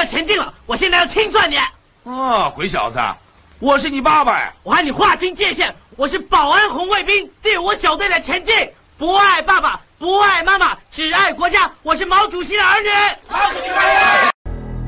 要前进了，我现在要清算你。 鬼小子，我是你爸爸呀！ 我和你划清界限，我是保安红卫兵第5小队的前进，不爱爸爸，不爱妈妈，只爱国家。我是毛主席的儿女。毛主席万岁！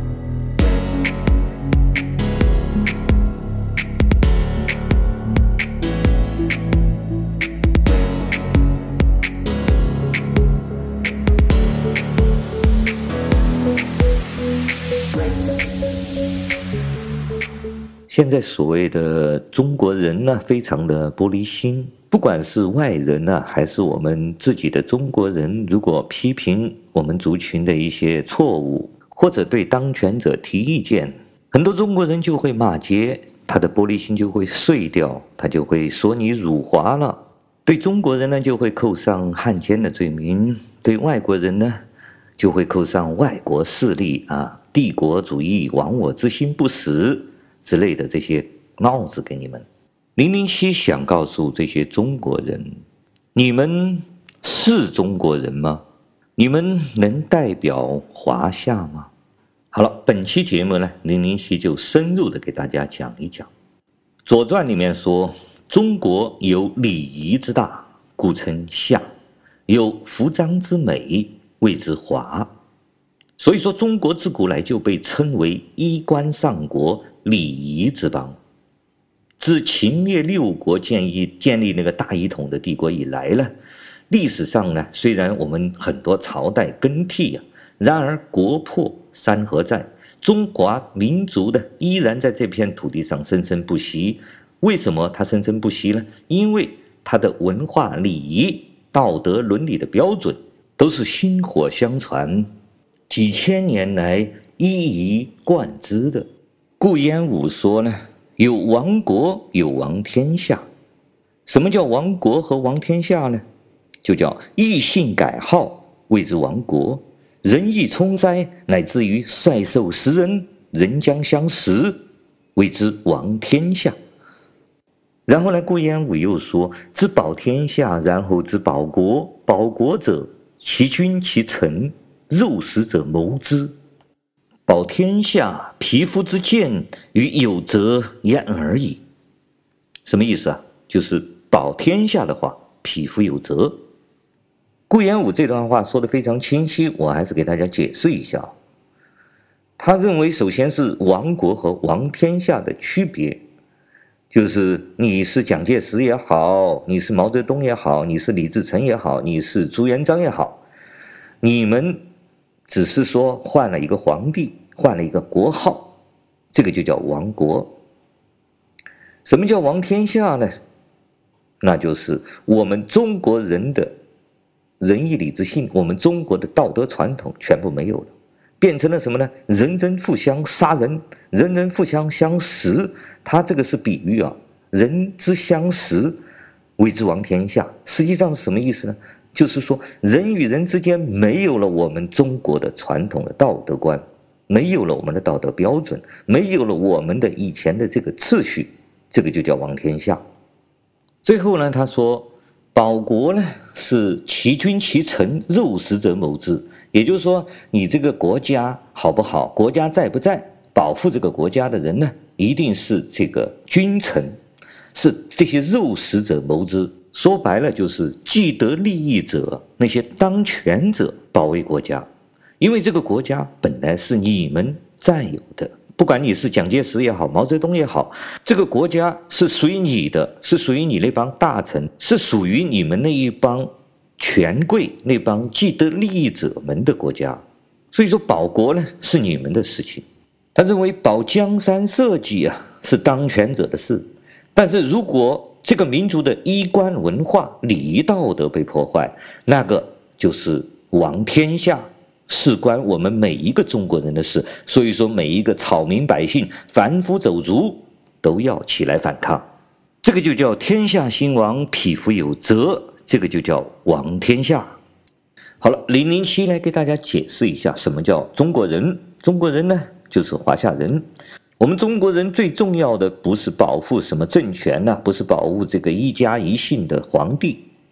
现在所谓的中国人呢，非常的玻璃心，不管是外人呢，还是我们自己的中国人，如果批评我们族群的一些错误，或者对当权者提意见，很多中国人就会骂街，他的玻璃心就会碎掉，他就会说你辱华了。对中国人呢，就会扣上汉奸的罪名；对外国人呢，就会扣上外国势力帝国主义、亡我之心不死之类的这些帽子给你们。007想告诉这些中国人，你们是中国人吗？你们能代表华夏吗？好了，本期节目呢，007就深入的给大家讲一讲。左传里面说，中国有礼仪之大，故称夏；有服装之美，谓之华。所以说，中国自古来就被称为衣冠上国、礼仪之邦。自秦灭6国建立那个大一统的帝国以来呢，历史上呢，虽然我们很多朝代更替然而国破山河在，中华民族的依然在这片土地上生生不息。为什么它生生不息呢？因为它的文化礼仪、道德伦理的标准都是薪火相传，几千年来一以贯之的。顾炎武说呢，有亡国，有亡天下。什么叫亡国和亡天下呢？就叫异姓改号，谓之亡国；人义冲塞，乃至于率兽食人，人将相食，谓之亡天下。然后呢，顾炎武又说，之保天下，然后之保国。保国者，其君其臣，肉食者谋之。保天下，匹夫之见，与有则焉而已。什么意思啊？就是保天下的话，匹夫有责。顾炎武这段话说得非常清晰，我还是给大家解释一下。他认为，首先是亡国和亡天下的区别，就是你是蒋介石也好，你是毛泽东也好，你是李自成也好，你是朱元璋也好，你们只是说换了一个皇帝，换了一个国号，这个就叫亡国。什么叫亡天下呢？那就是我们中国人的仁义礼智信，我们中国的道德传统全部没有了，变成了什么呢？人人互相杀人，人人互相相食。他这个是比喻人之相食，谓之亡天下。实际上是什么意思呢？就是说，人与人之间没有了我们中国的传统的道德观，没有了我们的道德标准，没有了我们的以前的这个秩序，这个就叫亡天下。最后呢，他说保国呢是其君其臣，肉食者谋之。也就是说，你这个国家好不好，国家在不在，保护这个国家的人呢，一定是这个君臣，是这些肉食者谋之。说白了就是既得利益者，那些当权者保卫国家，因为这个国家本来是你们占有的，不管你是蒋介石也好，毛泽东也好，这个国家是属于你的，是属于你那帮大臣，是属于你们那一帮权贵，那帮既得利益者们的国家。所以说保国呢是你们的事情。他认为保江山社稷是当权者的事，但是如果这个民族的衣冠文化、礼仪道德被破坏，那个就是亡天下，事关我们每一个中国人的事。所以说，每一个草民百姓、凡夫走卒都要起来反抗。这个就叫天下兴亡，匹夫有责，这个就叫亡天下。好了，007来给大家解释一下什么叫中国人。中国人呢，就是华夏人。我们中国人最重要的不是保护什么政权不是保护这个一家一姓的皇帝，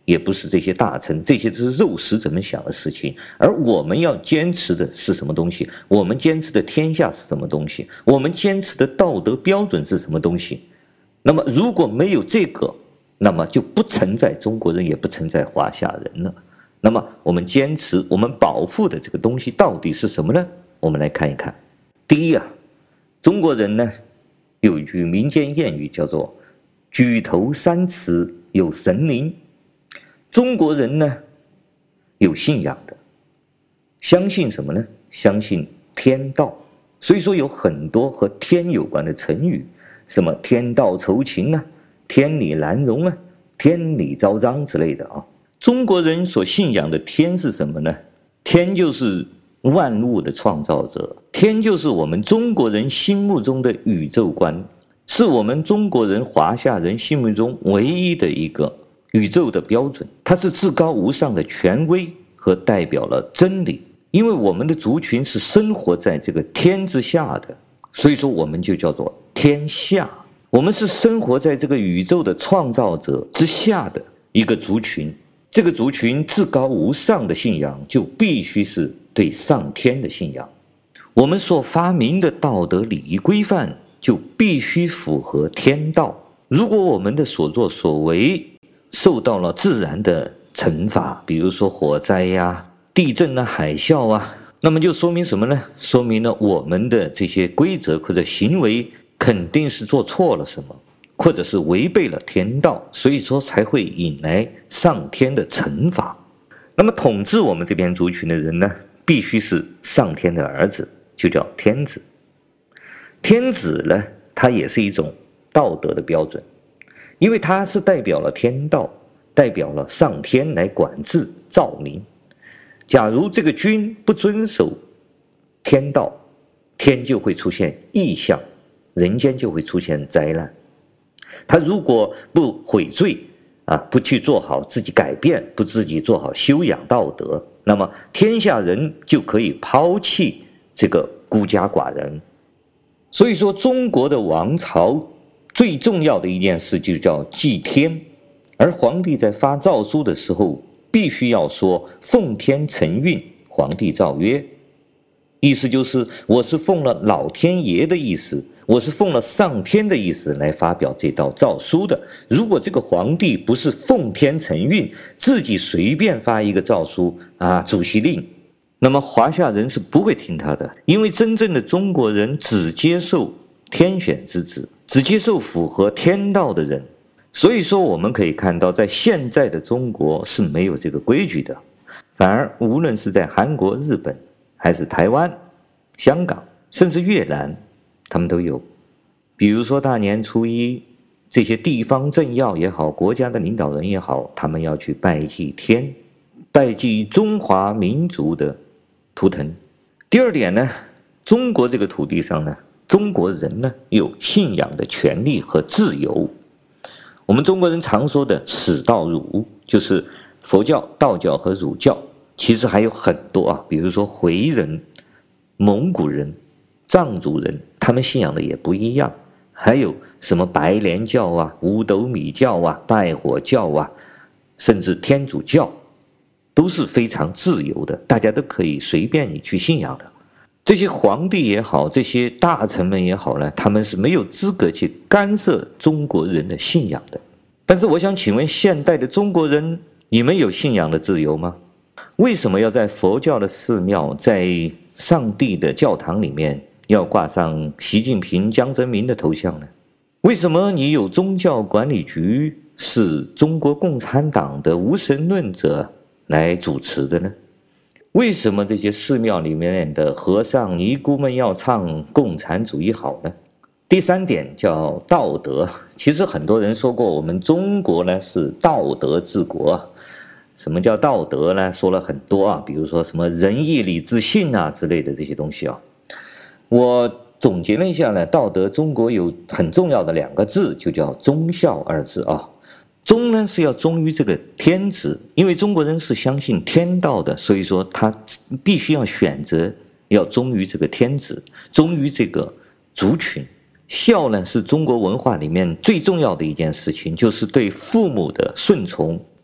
也不是这些大臣，这些都是肉食怎么想的事情。而我们要坚持的是什么东西？我们坚持的天下是什么东西？我们坚持的道德标准是什么东西？那么如果没有这个，那么就不存在中国人，也不存在华夏人了。那么我们坚持我们保护的这个东西到底是什么呢？我们来看一看。第一啊，中国人呢有一句民间谚语叫做举头三尺有神灵。中国人呢有信仰的，相信什么呢？相信天道。所以说有很多和天有关的成语，什么天道酬勤啊，天理难容啊，天理昭彰之类的啊。中国人所信仰的天是什么呢？天就是万物的创造者，天就是我们中国人心目中的宇宙观，是我们中国人华夏人心目中唯一的一个宇宙的标准，它是至高无上的权威和代表了真理。因为我们的族群是生活在这个天之下的，所以说我们就叫做天下。我们是生活在这个宇宙的创造者之下的一个族群，这个族群至高无上的信仰就必须是对上天的信仰。我们所发明的道德礼仪规范就必须符合天道。如果我们的所作所为受到了自然的惩罚，比如说火灾呀、地震啊、海啸啊，那么就说明什么呢？说明了我们的这些规则或者行为肯定是做错了什么，或者是违背了天道，所以说才会引来上天的惩罚。那么统治我们这边族群的人呢，必须是上天的儿子，就叫天子。天子呢，它也是一种道德的标准，因为它是代表了天道，代表了上天来管制照明。假如这个君不遵守天道，天就会出现异象，人间就会出现灾难。他如果不悔罪不去做好自己改变，不自己做好修养道德，那么天下人就可以抛弃这个孤家寡人。所以说中国的王朝最重要的一件事就叫祭天，而皇帝在发诏书的时候必须要说奉天承运，皇帝诏曰，意思就是我是奉了老天爷的意思，我是奉了上天的意思来发表这道诏书的。如果这个皇帝不是奉天承运，自己随便发一个诏书主席令，那么华夏人是不会听他的。因为真正的中国人只接受天选之子，只接受符合天道的人。所以说我们可以看到，在现在的中国是没有这个规矩的，反而无论是在韩国、日本，还是台湾、香港，甚至越南，他们都有。比如说大年初一，这些地方政要也好，国家的领导人也好，他们要去拜祭天，拜祭中华民族的图腾。第二点呢，中国这个土地上呢，中国人呢有信仰的权利和自由。我们中国人常说的史道儒，就是佛教、道教和儒教，其实还有很多比如说回人、蒙古人、藏族人，他们信仰的也不一样。还有什么白莲教五斗米教拜火教甚至天主教，都是非常自由的，大家都可以随便你去信仰的。这些皇帝也好，这些大臣们也好呢，他们是没有资格去干涉中国人的信仰的。但是我想请问，现代的中国人，你们有信仰的自由吗？为什么要在佛教的寺庙，在上帝的教堂里面要挂上习近平、江泽民的头像呢？为什么你有宗教管理局是中国共产党的无神论者来主持的呢？为什么这些寺庙里面的和尚尼姑们要唱共产主义好呢？第三点叫道德。其实很多人说过，我们中国呢是道德治国。什么叫道德呢？说了很多比如说什么仁义礼智信之类的这些东西我总结了一下呢，道德中国有很重要的2个字，就叫忠孝二字忠呢是要忠于这个天子，因为中国人是相信天道的，所以说他必须要选择要忠于这个天子，忠于这个族群。孝呢是中国文化里面最重要的一件事情，就是对父母的顺从，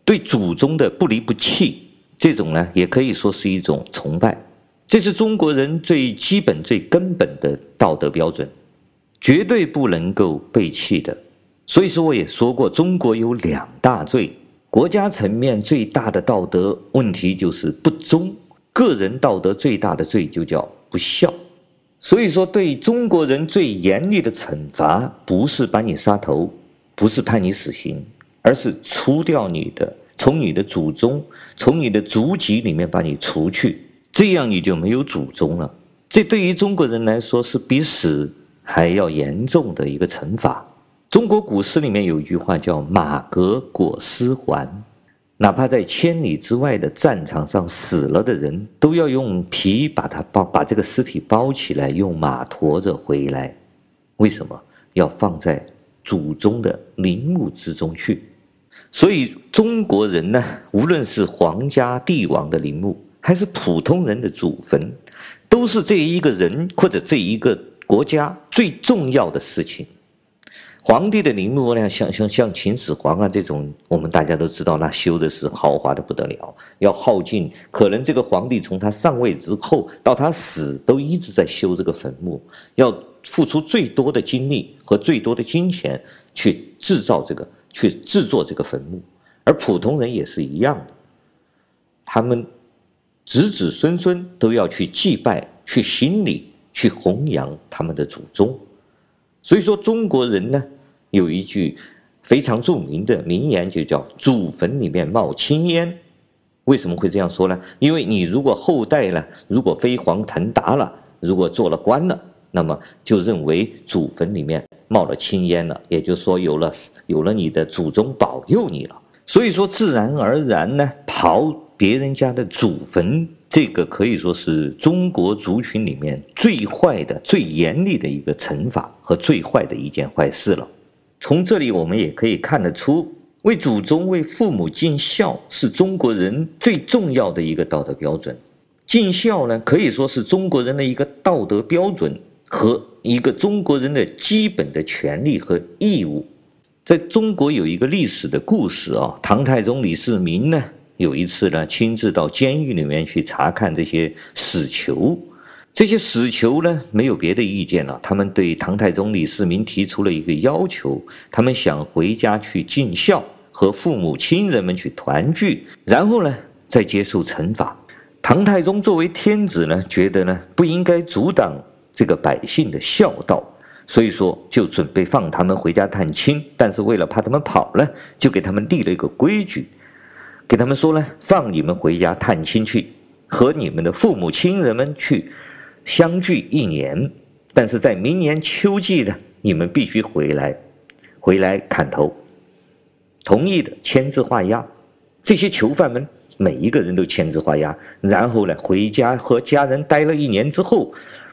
对祖宗的不离不弃，这种呢也可以说是一种崇拜。这是中国人最基本最根本的道德标准，绝对不能够背弃的。所以说我也说过，中国有2大罪，国家层面最大的道德问题就是不忠，个人道德最大的罪就叫不孝。所以说对中国人最严厉的惩罚不是把你杀头，不是判你死刑，而是除掉你的，从你的祖宗，从你的族籍里面把你除去，这样你就没有祖宗了。这对于中国人来说是比死还要严重的一个惩罚。中国古诗里面有一句话叫马革裹尸还，哪怕在千里之外的战场上死了的人，都要用皮把这个尸体包起来，用马驮着回来。为什么？要放在祖宗的陵墓之中去。所以中国人呢，无论是皇家帝王的陵墓，还是普通人的祖坟，都是这一个人或者这一个国家最重要的事情。皇帝的陵墓呢，像秦始皇啊这种，我们大家都知道，那修的是豪华的不得了，要耗尽，可能这个皇帝从他上位之后到他死都一直在修这个坟墓，要付出最多的精力和最多的金钱去制作这个坟墓。而普通人也是一样的，他们子子孙孙都要去祭拜、去行礼、去弘扬他们的祖宗。所以说中国人呢，有一句非常著名的名言，就叫祖坟里面冒青烟。为什么会这样说呢？因为你如果后代呢，如果飞黄腾达了，如果做了官了，那么就认为祖坟里面冒了青烟了，也就是说有了你的祖宗保佑你了。所以说自然而然呢，刨别人家的祖坟，这个可以说是中国族群里面最坏的、最严厉的一个惩罚和最坏的一件坏事了。从这里我们也可以看得出，为祖宗、为父母尽孝是中国人最重要的一个道德标准。尽孝呢，可以说是中国人的一个道德标准和一个中国人的基本的权利和义务。在中国有一个历史的故事啊，唐太宗李世民呢，有一次呢，亲自到监狱里面去查看这些死囚。这些死囚呢，没有别的意见了，他们对唐太宗李世民提出了一个要求，他们想回家去尽孝，和父母亲人们去团聚，然后呢，再接受惩罚。唐太宗作为天子呢，觉得呢，不应该阻挡这个百姓的孝道，所以说就准备放他们回家探亲，但是为了怕他们跑了，就给他们立了一个规矩，给他们说呢，放你们回家探亲去，和你们的父母亲人们去相聚1年，但是在明年秋季呢，你们必须回来砍头。同意的签字画押，这些囚犯们每一个人都签字画押，然后呢，回家和家人待了1年之后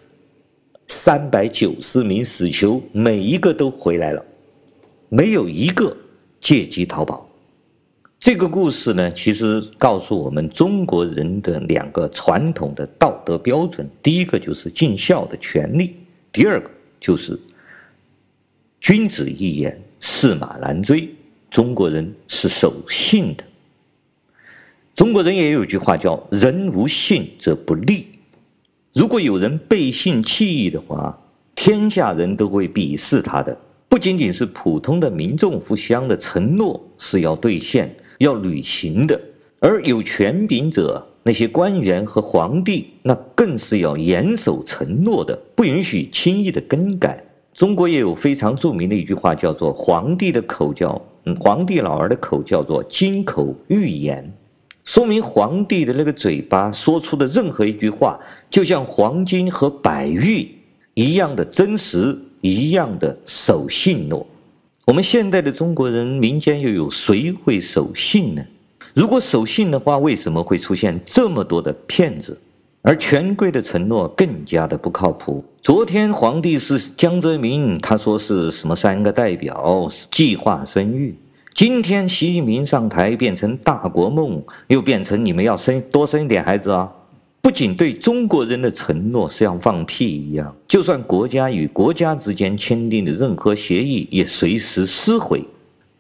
，390名死囚每一个都回来了，没有一个借机逃跑。这个故事呢，其实告诉我们中国人的2个传统的道德标准，第一个就是尽孝的权利，第二个就是君子一言，驷马难追，中国人是守信的。中国人也有一句话叫人无信则不立，如果有人背信弃义的话，天下人都会鄙视他的。不仅仅是普通的民众互相的承诺是要兑现要履行的，而有权柄者，那些官员和皇帝，那更是要严守承诺的，不允许轻易的更改。中国也有非常著名的一句话，叫做皇帝老儿的口叫做金口玉言，说明皇帝的那个嘴巴说出的任何一句话，就像黄金和白玉一样的真实，一样的守信诺。我们现代的中国人民间又有谁会守信呢？如果守信的话，为什么会出现这么多的骗子？而权贵的承诺更加的不靠谱。昨天皇帝是江泽民，他说是什么3个代表计划生育，今天习近平上台变成大国梦，又变成你们要多生一点孩子啊！不仅对中国人的承诺像放屁一样，就算国家与国家之间签订的任何协议也随时撕毁。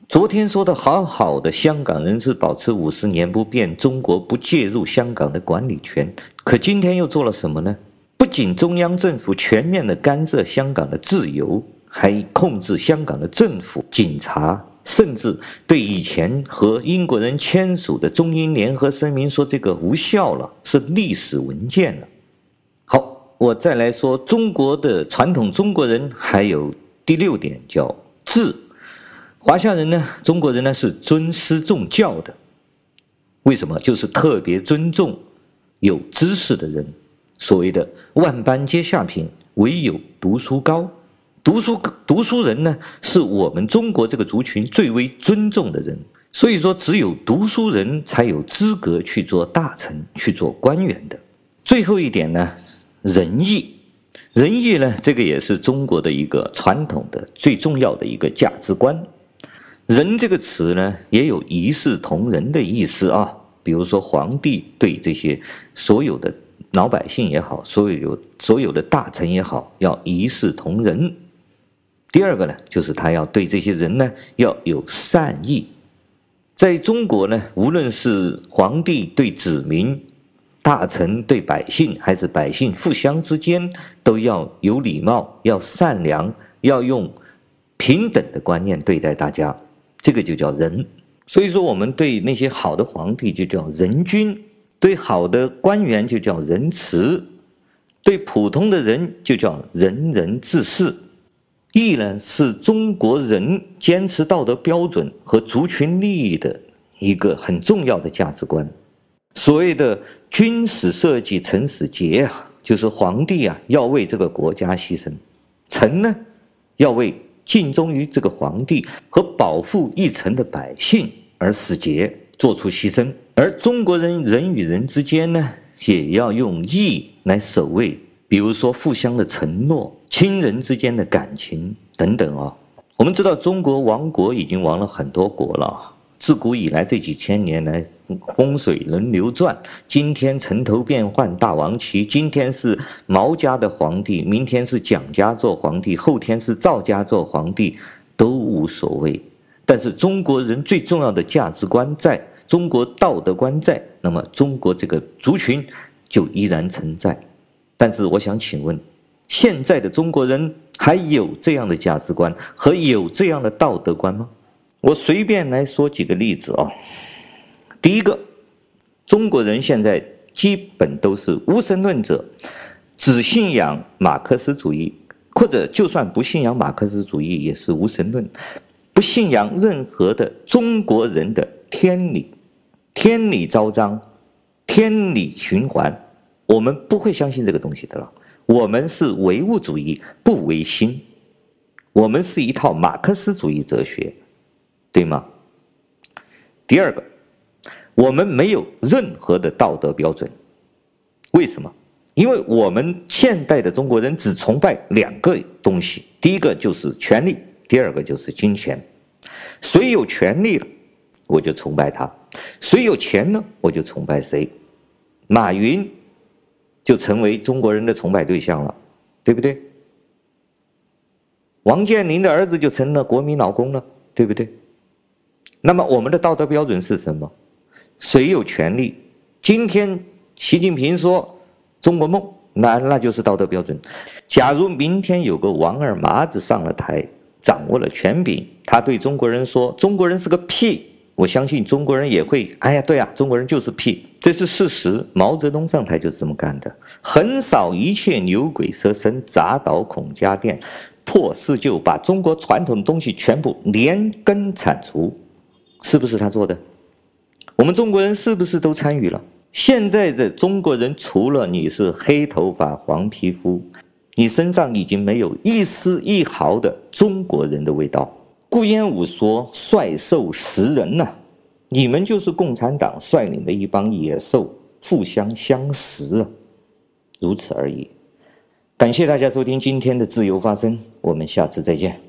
昨天说的好好的，香港人是保持50年不变，中国不介入香港的管理权。可今天又做了什么呢？不仅中央政府全面的干涉香港的自由，还控制香港的政府、警察，甚至对以前和英国人签署的中英联合声明说这个无效了，是历史文件了。好，我再来说中国的传统中国人还有第6点叫智。华夏人呢，中国人呢是尊师重教的。为什么？就是特别尊重有知识的人。所谓的万般皆下品，唯有读书高。读书人呢，是我们中国这个族群最为尊重的人。所以说，只有读书人才有资格去做大臣、去做官员的。最后一点呢，仁义。仁义呢，这个也是中国的一个传统的最重要的一个价值观。仁这个词呢，也有一视同仁的意思啊。比如说，皇帝对这些所有的老百姓也好，所有的大臣也好，要一视同仁。第二个呢，就是他要对这些人呢要有善意。在中国呢，无论是皇帝对子民、大臣对百姓，还是百姓互相之间，都要有礼貌，要善良，要用平等的观念对待大家。这个就叫仁。所以说，我们对那些好的皇帝就叫仁君，对好的官员就叫仁慈，对普通的人就叫仁人志士。义呢，是中国人坚持道德标准和族群利益的一个很重要的价值观。所谓的君使社稷，臣使节啊，就是皇帝啊要为这个国家牺牲，臣呢要为尽忠于这个皇帝和保护一城的百姓而使节，做出牺牲。而中国人人与人之间呢，也要用义来守卫，比如说互相的承诺、亲人之间的感情等等啊。我们知道中国亡国已经亡了很多国了，自古以来这几千年来风水轮流转，今天城头变换大王旗，今天是毛家的皇帝，明天是蒋家做皇帝，后天是赵家做皇帝，都无所谓。但是中国人最重要的价值观在，中国道德观在，那么中国这个族群就依然存在。但是我想请问，现在的中国人还有这样的价值观和有这样的道德观吗？我随便来说几个例子啊。第一个，中国人现在基本都是无神论者，只信仰马克思主义，或者就算不信仰马克思主义也是无神论，不信仰任何的中国人的天理，天理昭彰，天理循环，我们不会相信这个东西的了。我们是唯物主义，不唯心，我们是一套马克思主义哲学，对吗？第二个，我们没有任何的道德标准。为什么？因为我们现代的中国人只崇拜2个东西，第一个就是权力，第二个就是金钱。谁有权力了，我就崇拜他；谁有钱呢，我就崇拜谁。马云就成为中国人的崇拜对象了，对不对？王健林的儿子就成了国民老公了，对不对？那么我们的道德标准是什么？谁有权利？今天习近平说中国梦，那就是道德标准。假如明天有个王二麻子上了台，掌握了权柄，他对中国人说中国人是个屁，我相信中国人也会，哎呀，对啊，中国人就是屁，这是事实。毛泽东上台就是这么干的，横扫一切牛鬼蛇神，砸倒孔家店，破四旧，把中国传统的东西全部连根铲除，是不是他做的？我们中国人是不是都参与了？现在的中国人，除了你是黑头发黄皮肤，你身上已经没有一丝一毫的中国人的味道。顾炎武说帅兽食人呐，你们就是共产党率领的一帮野兽，互相相食啊，如此而已。感谢大家收听今天的自由发声，我们下次再见。